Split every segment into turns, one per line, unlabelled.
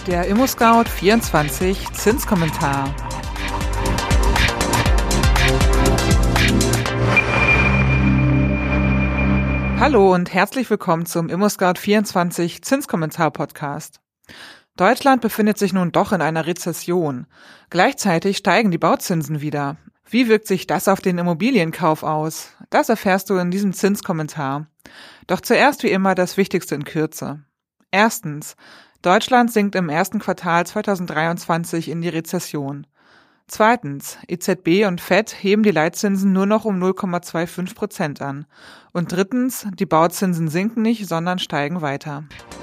Der ImmoScout24 Zinskommentar. Hallo und herzlich willkommen zum ImmoScout24 Zinskommentar-Podcast. Deutschland befindet sich nun doch in einer Rezession. Gleichzeitig steigen die Bauzinsen wieder. Wie wirkt sich das auf den Immobilienkauf aus? Das erfährst du in diesem Zinskommentar. Doch zuerst wie immer das Wichtigste in Kürze. Erstens: Deutschland sinkt im ersten Quartal 2023 in die Rezession. Zweitens: EZB und FED heben die Leitzinsen nur noch um 0,25% an. Und drittens: die Bauzinsen sinken nicht, sondern steigen weiter.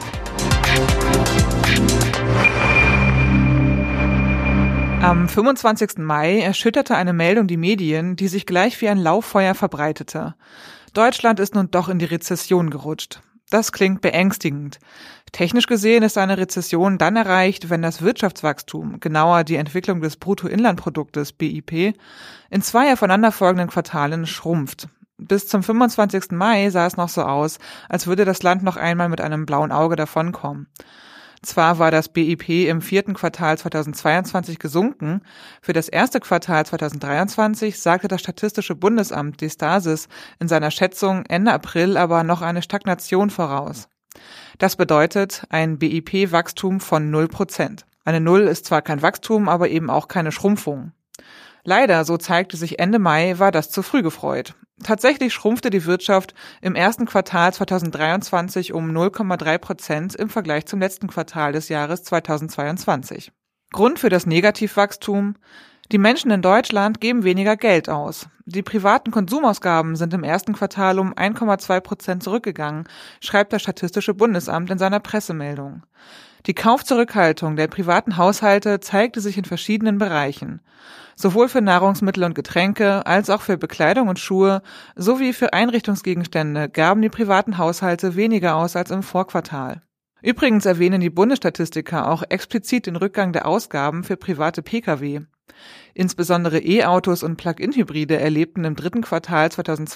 Am 25. Mai erschütterte eine Meldung die Medien, die sich gleich wie ein Lauffeuer verbreitete. Deutschland ist nun doch in die Rezession gerutscht. Das klingt beängstigend. Technisch gesehen ist eine Rezession dann erreicht, wenn das Wirtschaftswachstum, genauer die Entwicklung des Bruttoinlandproduktes BIP, in 2 aufeinanderfolgenden Quartalen schrumpft. Bis zum 25. Mai sah es noch so aus, als würde das Land noch einmal mit einem blauen Auge davonkommen. Zwar war das BIP im 4. Quartal 2022 gesunken, für das erste Quartal 2023 sagte das Statistische Bundesamt Destasis in seiner Schätzung Ende April aber noch eine Stagnation voraus. Das bedeutet ein BIP-Wachstum von 0%. Eine Null ist zwar kein Wachstum, aber eben auch keine Schrumpfung. Leider, so zeigte sich Ende Mai, war das zu früh gefreut. Tatsächlich schrumpfte die Wirtschaft im ersten Quartal 2023 um 0,3% im Vergleich zum letzten Quartal des Jahres 2022. Grund für das Negativwachstum: Die Menschen in Deutschland geben weniger Geld aus. Die privaten Konsumausgaben sind im ersten Quartal um 1,2% zurückgegangen, schreibt das Statistische Bundesamt in seiner Pressemeldung. Die Kaufzurückhaltung der privaten Haushalte zeigte sich in verschiedenen Bereichen. Sowohl für Nahrungsmittel und Getränke als auch für Bekleidung und Schuhe sowie für Einrichtungsgegenstände gaben die privaten Haushalte weniger aus als im Vorquartal. Übrigens erwähnen die Bundesstatistiker auch explizit den Rückgang der Ausgaben für private Pkw. Insbesondere E-Autos und Plug-in-Hybride erlebten im 3. Quartal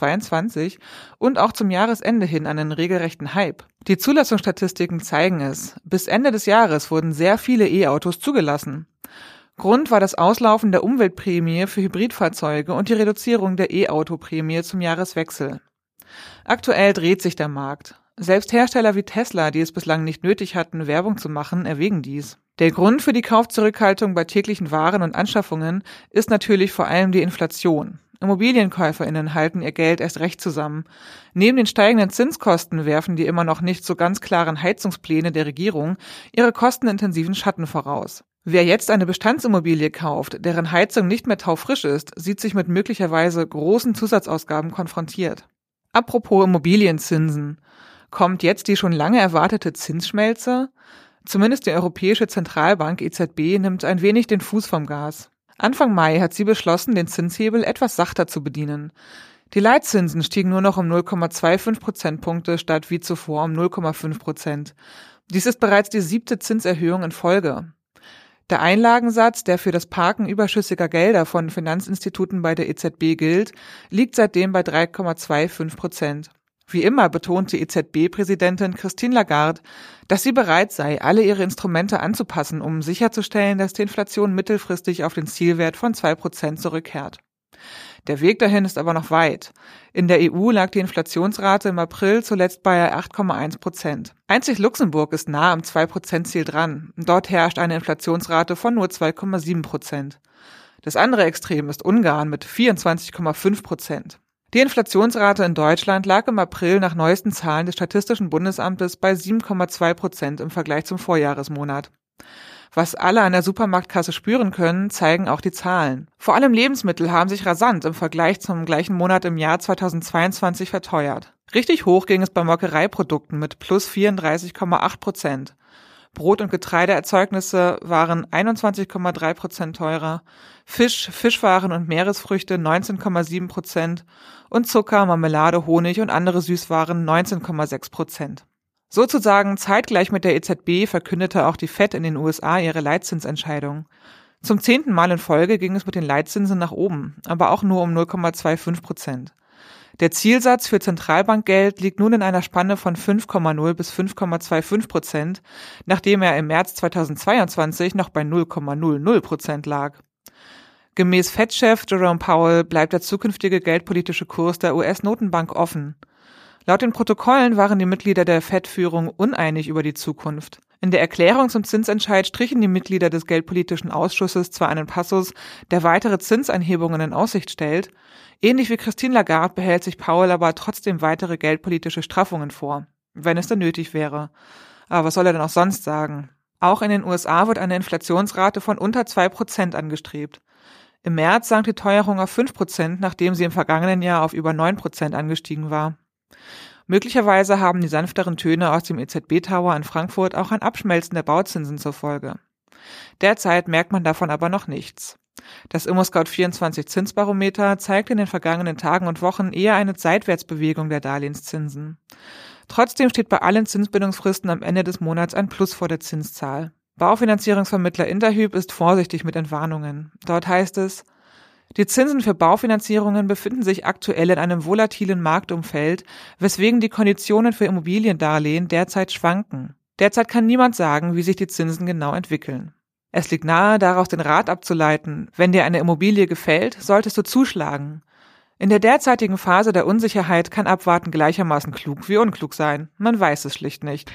2022 und auch zum Jahresende hin einen regelrechten Hype. Die Zulassungsstatistiken zeigen es. Bis Ende des Jahres wurden sehr viele E-Autos zugelassen. Grund war das Auslaufen der Umweltprämie für Hybridfahrzeuge und die Reduzierung der E-Auto-Prämie zum Jahreswechsel. Aktuell dreht sich der Markt. Selbst Hersteller wie Tesla, die es bislang nicht nötig hatten, Werbung zu machen, erwägen dies. Der Grund für die Kaufzurückhaltung bei täglichen Waren und Anschaffungen ist natürlich vor allem die Inflation. ImmobilienkäuferInnen halten ihr Geld erst recht zusammen. Neben den steigenden Zinskosten werfen die immer noch nicht so ganz klaren Heizungspläne der Regierung ihre kostenintensiven Schatten voraus. Wer jetzt eine Bestandsimmobilie kauft, deren Heizung nicht mehr taufrisch ist, sieht sich mit möglicherweise großen Zusatzausgaben konfrontiert. Apropos Immobilienzinsen. Kommt jetzt die schon lange erwartete Zinsschmelze? Zumindest die Europäische Zentralbank EZB nimmt ein wenig den Fuß vom Gas. Anfang Mai hat sie beschlossen, den Zinshebel etwas sachter zu bedienen. Die Leitzinsen stiegen nur noch um 0,25 Prozentpunkte statt wie zuvor um 0,5%. Dies ist bereits die 7. Zinserhöhung in Folge. Der Einlagensatz, der für das Parken überschüssiger Gelder von Finanzinstituten bei der EZB gilt, liegt seitdem bei 3,25%. Wie immer betonte EZB-Präsidentin Christine Lagarde, dass sie bereit sei, alle ihre Instrumente anzupassen, um sicherzustellen, dass die Inflation mittelfristig auf den Zielwert von 2% zurückkehrt. Der Weg dahin ist aber noch weit. In der EU lag die Inflationsrate im April zuletzt bei 8,1%. Einzig Luxemburg ist nah am 2%-Ziel dran. Dort herrscht eine Inflationsrate von nur 2,7%. Das andere Extrem ist Ungarn mit 24,5%. Die Inflationsrate in Deutschland lag im April nach neuesten Zahlen des Statistischen Bundesamtes bei 7,2% im Vergleich zum Vorjahresmonat. Was alle an der Supermarktkasse spüren können, zeigen auch die Zahlen. Vor allem Lebensmittel haben sich rasant im Vergleich zum gleichen Monat im Jahr 2022 verteuert. Richtig hoch ging es bei Molkereiprodukten mit plus 34,8%. Brot- und Getreideerzeugnisse waren 21,3% teurer, Fisch, Fischwaren und Meeresfrüchte 19,7% und Zucker, Marmelade, Honig und andere Süßwaren 19,6%. Sozusagen zeitgleich mit der EZB verkündete auch die FED in den USA ihre Leitzinsentscheidung. Zum 10. Mal in Folge ging es mit den Leitzinsen nach oben, aber auch nur um 0,25%. Der Zielsatz für Zentralbankgeld liegt nun in einer Spanne von 5,0 bis 5,25%, nachdem er im März 2022 noch bei 0,00% lag. Gemäß Fed-Chef Jerome Powell bleibt der zukünftige geldpolitische Kurs der US-Notenbank offen. Laut den Protokollen waren die Mitglieder der Fed-Führung uneinig über die Zukunft. In der Erklärung zum Zinsentscheid strichen die Mitglieder des Geldpolitischen Ausschusses zwar einen Passus, der weitere Zinsanhebungen in Aussicht stellt, ähnlich wie Christine Lagarde behält sich Powell aber trotzdem weitere geldpolitische Straffungen vor, wenn es denn nötig wäre. Aber was soll er denn auch sonst sagen? Auch in den USA wird eine Inflationsrate von unter 2% angestrebt. Im März sank die Teuerung auf 5%, nachdem sie im vergangenen Jahr auf über 9% angestiegen war. Möglicherweise haben die sanfteren Töne aus dem EZB-Tower in Frankfurt auch ein Abschmelzen der Bauzinsen zur Folge. Derzeit merkt man davon aber noch nichts. Das ImmoScout24 Zinsbarometer zeigt in den vergangenen Tagen und Wochen eher eine Seitwärtsbewegung der Darlehenszinsen. Trotzdem steht bei allen Zinsbindungsfristen am Ende des Monats ein Plus vor der Zinszahl. Baufinanzierungsvermittler Interhyp ist vorsichtig mit Entwarnungen. Dort heißt es: Die Zinsen für Baufinanzierungen befinden sich aktuell in einem volatilen Marktumfeld, weswegen die Konditionen für Immobiliendarlehen derzeit schwanken. Derzeit kann niemand sagen, wie sich die Zinsen genau entwickeln. Es liegt nahe, daraus den Rat abzuleiten: Wenn dir eine Immobilie gefällt, solltest du zuschlagen. In der derzeitigen Phase der Unsicherheit kann Abwarten gleichermaßen klug wie unklug sein. Man weiß es schlicht nicht.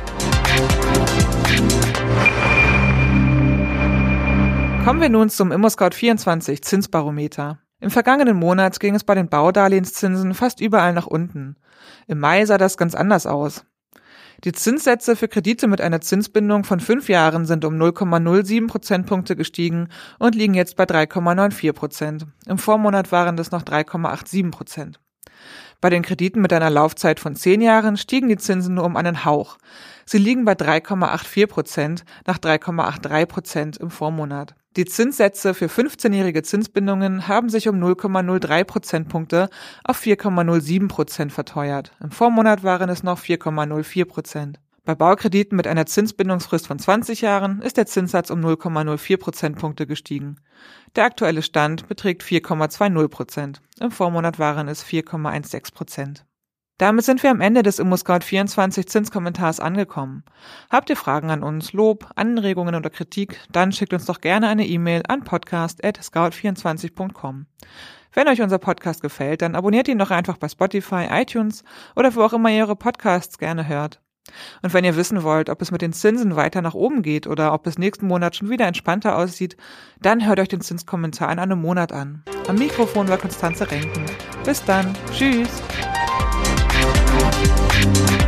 Kommen wir nun zum ImmoScout24 Zinsbarometer. Im vergangenen Monat ging es bei den Baudarlehenszinsen fast überall nach unten. Im Mai sah das ganz anders aus. Die Zinssätze für Kredite mit einer Zinsbindung von 5 Jahren sind um 0,07 Prozentpunkte gestiegen und liegen jetzt bei 3,94%. Im Vormonat waren das noch 3,87%. Bei den Krediten mit einer Laufzeit von 10 Jahren stiegen die Zinsen nur um einen Hauch. Sie liegen bei 3,84% nach 3,83% im Vormonat. Die Zinssätze für 15-jährige Zinsbindungen haben sich um 0,03 Prozentpunkte auf 4,07% verteuert. Im Vormonat waren es noch 4,04%. Bei Baukrediten mit einer Zinsbindungsfrist von 20 Jahren ist der Zinssatz um 0,04 Prozentpunkte gestiegen. Der aktuelle Stand beträgt 4,20%. Im Vormonat waren es 4,16%. Damit sind wir am Ende des ImmoScout24 Zinskommentars angekommen. Habt ihr Fragen an uns, Lob, Anregungen oder Kritik, dann schickt uns doch gerne eine E-Mail an podcast@scout24.com. Wenn euch unser Podcast gefällt, dann abonniert ihn doch einfach bei Spotify, iTunes oder wo auch immer ihr eure Podcasts gerne hört. Und wenn ihr wissen wollt, ob es mit den Zinsen weiter nach oben geht oder ob es nächsten Monat schon wieder entspannter aussieht, dann hört euch den Zinskommentar in einem Monat an. Am Mikrofon war Konstanze Renken. Bis dann. Tschüss.